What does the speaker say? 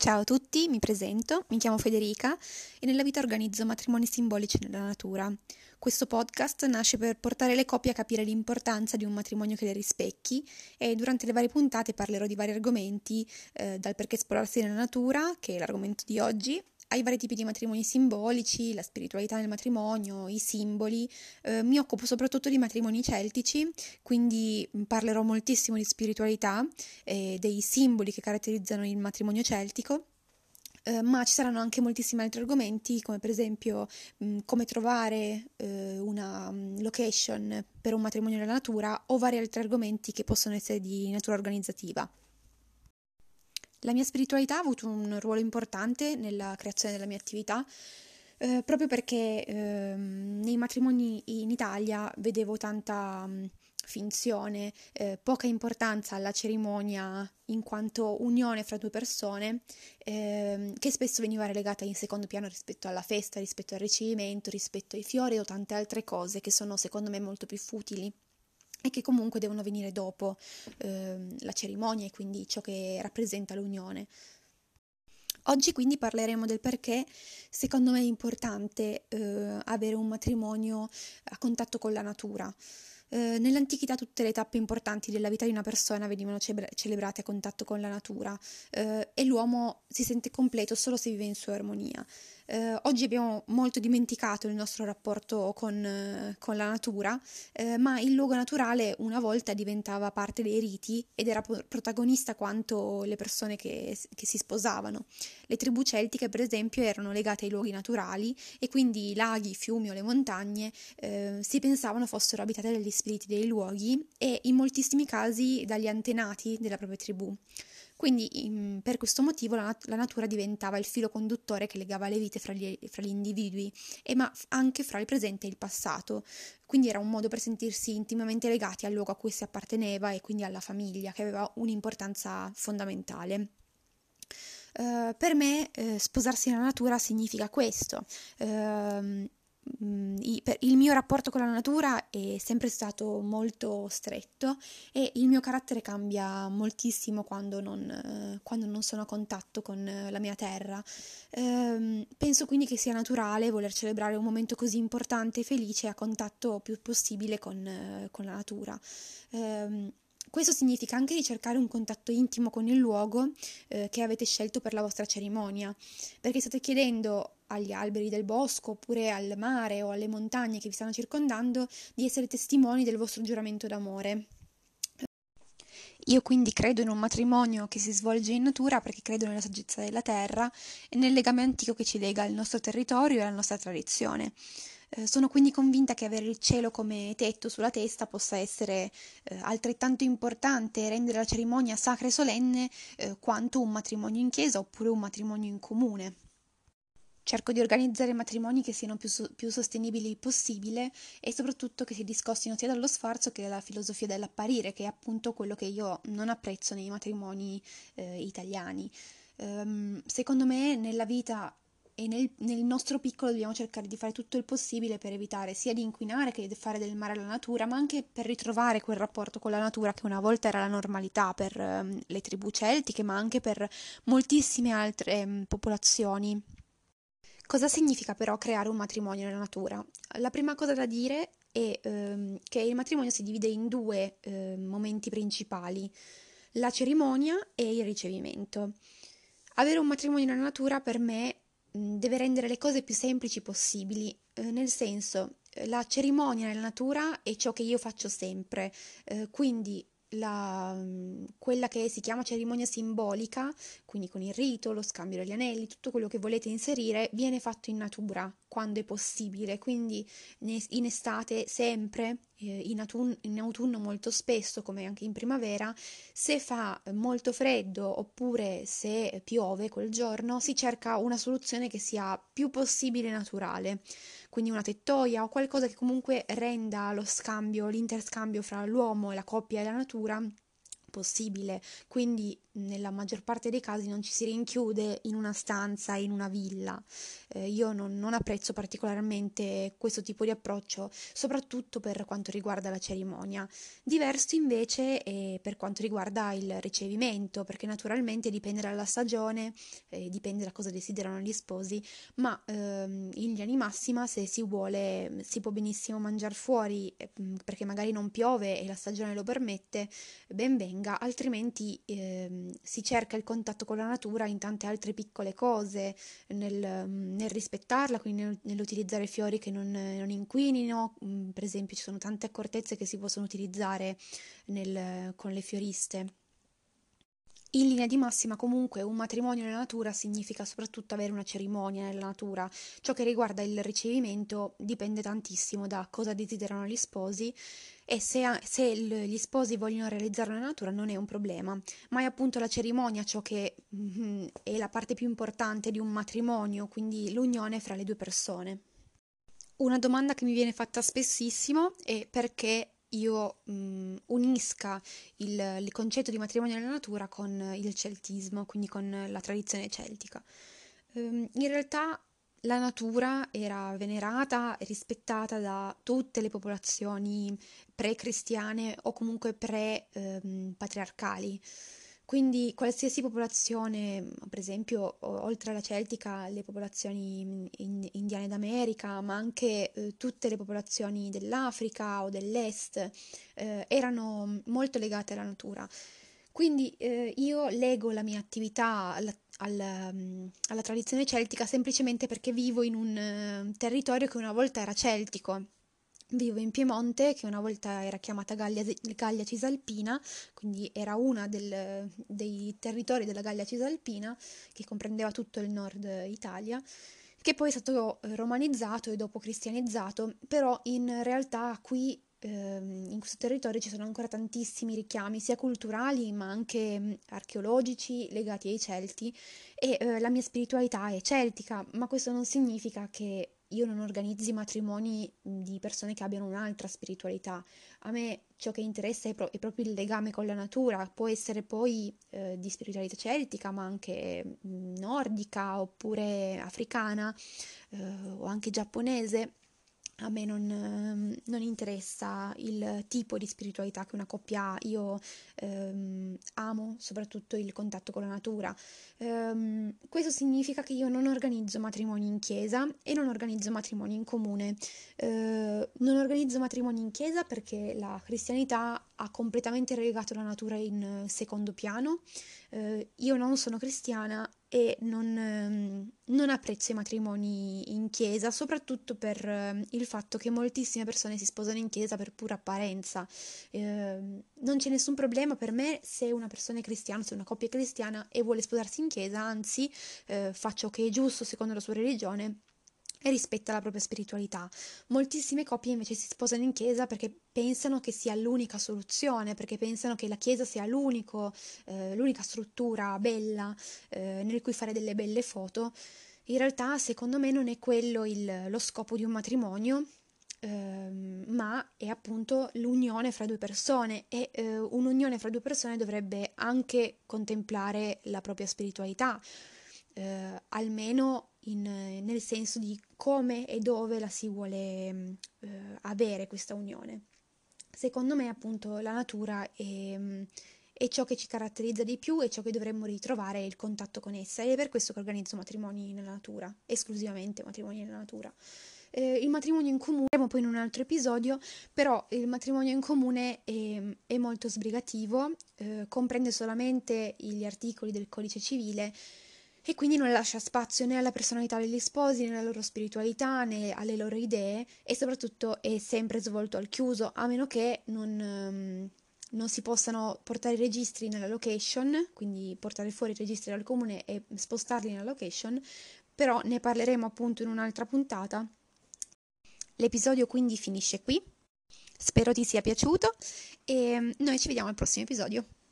Ciao a tutti, mi presento, mi chiamo Federica e nella vita organizzo matrimoni simbolici nella natura. Questo podcast nasce per portare le coppie a capire l'importanza di un matrimonio che le rispecchi e durante le varie puntate parlerò di vari argomenti, dal perché sposarsi nella natura, che è l'argomento di oggi, ai vari tipi di matrimoni simbolici, la spiritualità nel matrimonio, i simboli. Mi occupo soprattutto di matrimoni celtici, quindi parlerò moltissimo di spiritualità e dei simboli che caratterizzano il matrimonio celtico. Ma ci saranno anche moltissimi altri argomenti, come per esempio come trovare una location per un matrimonio nella natura o vari altri argomenti che possono essere di natura organizzativa. La mia spiritualità ha avuto un ruolo importante nella creazione della mia attività, proprio perché nei matrimoni in Italia vedevo tanta finzione, poca importanza alla cerimonia in quanto unione fra due persone, che spesso veniva relegata in secondo piano rispetto alla festa, rispetto al ricevimento, rispetto ai fiori o tante altre cose che sono secondo me molto più futili e che comunque devono venire dopo la cerimonia e quindi ciò che rappresenta l'unione. Oggi quindi parleremo del perché secondo me è importante avere un matrimonio a contatto con la natura. Nell'antichità tutte le tappe importanti della vita di una persona venivano celebrate a contatto con la natura e l'uomo si sente completo solo se vive in sua armonia. Oggi abbiamo molto dimenticato il nostro rapporto con la natura, ma il luogo naturale una volta diventava parte dei riti ed era protagonista quanto le persone che si sposavano. Le tribù celtiche, per esempio, erano legate ai luoghi naturali e quindi i laghi, i fiumi o le montagne si pensavano fossero abitate dagli spiriti dei luoghi e in moltissimi casi dagli antenati della propria tribù. Quindi per questo motivo la natura diventava il filo conduttore che legava le vite fra gli individui, ma anche fra il presente e il passato. Quindi era un modo per sentirsi intimamente legati al luogo a cui si apparteneva e quindi alla famiglia, che aveva un'importanza fondamentale. Per me sposarsi nella natura significa questo. Il mio rapporto con la natura è sempre stato molto stretto e il mio carattere cambia moltissimo quando non sono a contatto con la mia terra. Penso quindi che sia naturale voler celebrare un momento così importante e felice a contatto più possibile con la natura. Questo significa anche ricercare un contatto intimo con il luogo che avete scelto per la vostra cerimonia, perché state chiedendo agli alberi del bosco oppure al mare o alle montagne che vi stanno circondando di essere testimoni del vostro giuramento d'amore. Io quindi credo in un matrimonio che si svolge in natura perché credo nella saggezza della terra e nel legame antico che ci lega al nostro territorio e alla nostra tradizione. Sono quindi convinta che avere il cielo come tetto sulla testa possa essere altrettanto importante e rendere la cerimonia sacra e solenne quanto un matrimonio in chiesa oppure un matrimonio in comune. Cerco di organizzare matrimoni che siano più sostenibili possibile e soprattutto che si discostino sia dallo sfarzo che dalla filosofia dell'apparire, che è appunto quello che io non apprezzo nei matrimoni italiani. Secondo me nella vita e nel nostro piccolo dobbiamo cercare di fare tutto il possibile per evitare sia di inquinare che di fare del male alla natura, ma anche per ritrovare quel rapporto con la natura che una volta era la normalità per le tribù celtiche, ma anche per moltissime altre popolazioni. Cosa significa però creare un matrimonio nella natura? La prima cosa da dire è che il matrimonio si divide in due momenti principali, la cerimonia e il ricevimento. Avere un matrimonio nella natura per me deve rendere le cose più semplici possibili, nel senso la cerimonia nella natura è ciò che io faccio sempre, quindi quella che si chiama cerimonia simbolica, quindi con il rito, lo scambio degli anelli, tutto quello che volete inserire, viene fatto in natura quando è possibile, quindi in estate sempre, in autunno molto spesso, come anche in primavera, se fa molto freddo oppure se piove quel giorno, si cerca una soluzione che sia più possibile naturale, quindi una tettoia o qualcosa che comunque renda lo scambio, l'interscambio fra l'uomo e la coppia e la natura possibile. Quindi nella maggior parte dei casi non ci si rinchiude in una stanza, in una villa. Io non apprezzo particolarmente questo tipo di approccio, soprattutto per quanto riguarda la cerimonia. Diverso invece è per quanto riguarda il ricevimento, perché naturalmente dipende dalla stagione, dipende da cosa desiderano gli sposi, ma in linea di massima, se si vuole, si può benissimo mangiare fuori, perché magari non piove e la stagione lo permette, ben venga, altrimenti si cerca il contatto con la natura in tante altre piccole cose, nel rispettarla, quindi nell'utilizzare fiori che non inquinino. Per esempio, ci sono tante accortezze che si possono utilizzare con le fioriste. In linea di massima, comunque, un matrimonio nella natura significa soprattutto avere una cerimonia nella natura. Ciò che riguarda il ricevimento dipende tantissimo da cosa desiderano gli sposi e se gli sposi vogliono realizzarlo nella natura non è un problema, ma è appunto la cerimonia ciò che è la parte più importante di un matrimonio, quindi l'unione fra le due persone. Una domanda che mi viene fatta spessissimo è perché io unisca il concetto di matrimonio nella natura con il celtismo, quindi con la tradizione celtica. In realtà la natura era venerata e rispettata da tutte le popolazioni pre-cristiane o comunque pre-patriarcali. Quindi qualsiasi popolazione, per esempio, oltre alla celtica, le popolazioni indiane d'America, ma anche tutte le popolazioni dell'Africa o dell'Est, erano molto legate alla natura. Quindi io lego la mia attività alla tradizione celtica semplicemente perché vivo in un territorio che una volta era celtico. Vivo in Piemonte, che una volta era chiamata Gallia Cisalpina, quindi era una dei territori della Gallia Cisalpina, che comprendeva tutto il nord Italia, che poi è stato romanizzato e dopo cristianizzato, però in realtà qui in questo territorio ci sono ancora tantissimi richiami, sia culturali ma anche archeologici legati ai Celti e la mia spiritualità è celtica, ma questo non significa che io non organizzi matrimoni di persone che abbiano un'altra spiritualità. A me ciò che interessa è proprio il legame con la natura, può essere poi di spiritualità celtica, ma anche nordica oppure africana o anche giapponese. A me non interessa il tipo di spiritualità che una coppia ha, io amo soprattutto il contatto con la natura. Questo significa che io non organizzo matrimoni in chiesa e non organizzo matrimoni in comune. Non organizzo matrimoni in chiesa perché la cristianità ha completamente relegato la natura in secondo piano. Io non sono cristiana e non apprezzo i matrimoni in chiesa, soprattutto per il fatto che moltissime persone si sposano in chiesa per pura apparenza. Non c'è nessun problema per me se una persona è cristiana, se una coppia è cristiana e vuole sposarsi in chiesa, anzi, fa ciò che è giusto secondo la sua religione e rispetta la propria spiritualità. Moltissime coppie invece si sposano in chiesa perché pensano che sia l'unica soluzione, perché pensano che la chiesa sia l'unica struttura bella nel cui fare delle belle foto. In realtà, secondo me, non è quello lo scopo di un matrimonio, ma è appunto l'unione fra due persone e un'unione fra due persone dovrebbe anche contemplare la propria spiritualità, almeno nel senso di come e dove la si vuole avere questa unione. Secondo me, appunto, la natura è ciò che ci caratterizza di più e ciò che dovremmo ritrovare è il contatto con essa, ed è per questo che organizzo matrimoni nella natura, esclusivamente matrimoni nella natura. Il matrimonio in comune, poi in un altro episodio, però il matrimonio in comune è molto sbrigativo, comprende solamente gli articoli del codice civile e quindi non lascia spazio né alla personalità degli sposi, né alla loro spiritualità, né alle loro idee e soprattutto è sempre svolto al chiuso, a meno che non si possano portare i registri nella location, quindi portare fuori i registri dal comune e spostarli nella location, però ne parleremo appunto in un'altra puntata. L'episodio quindi finisce qui, spero ti sia piaciuto e noi ci vediamo al prossimo episodio.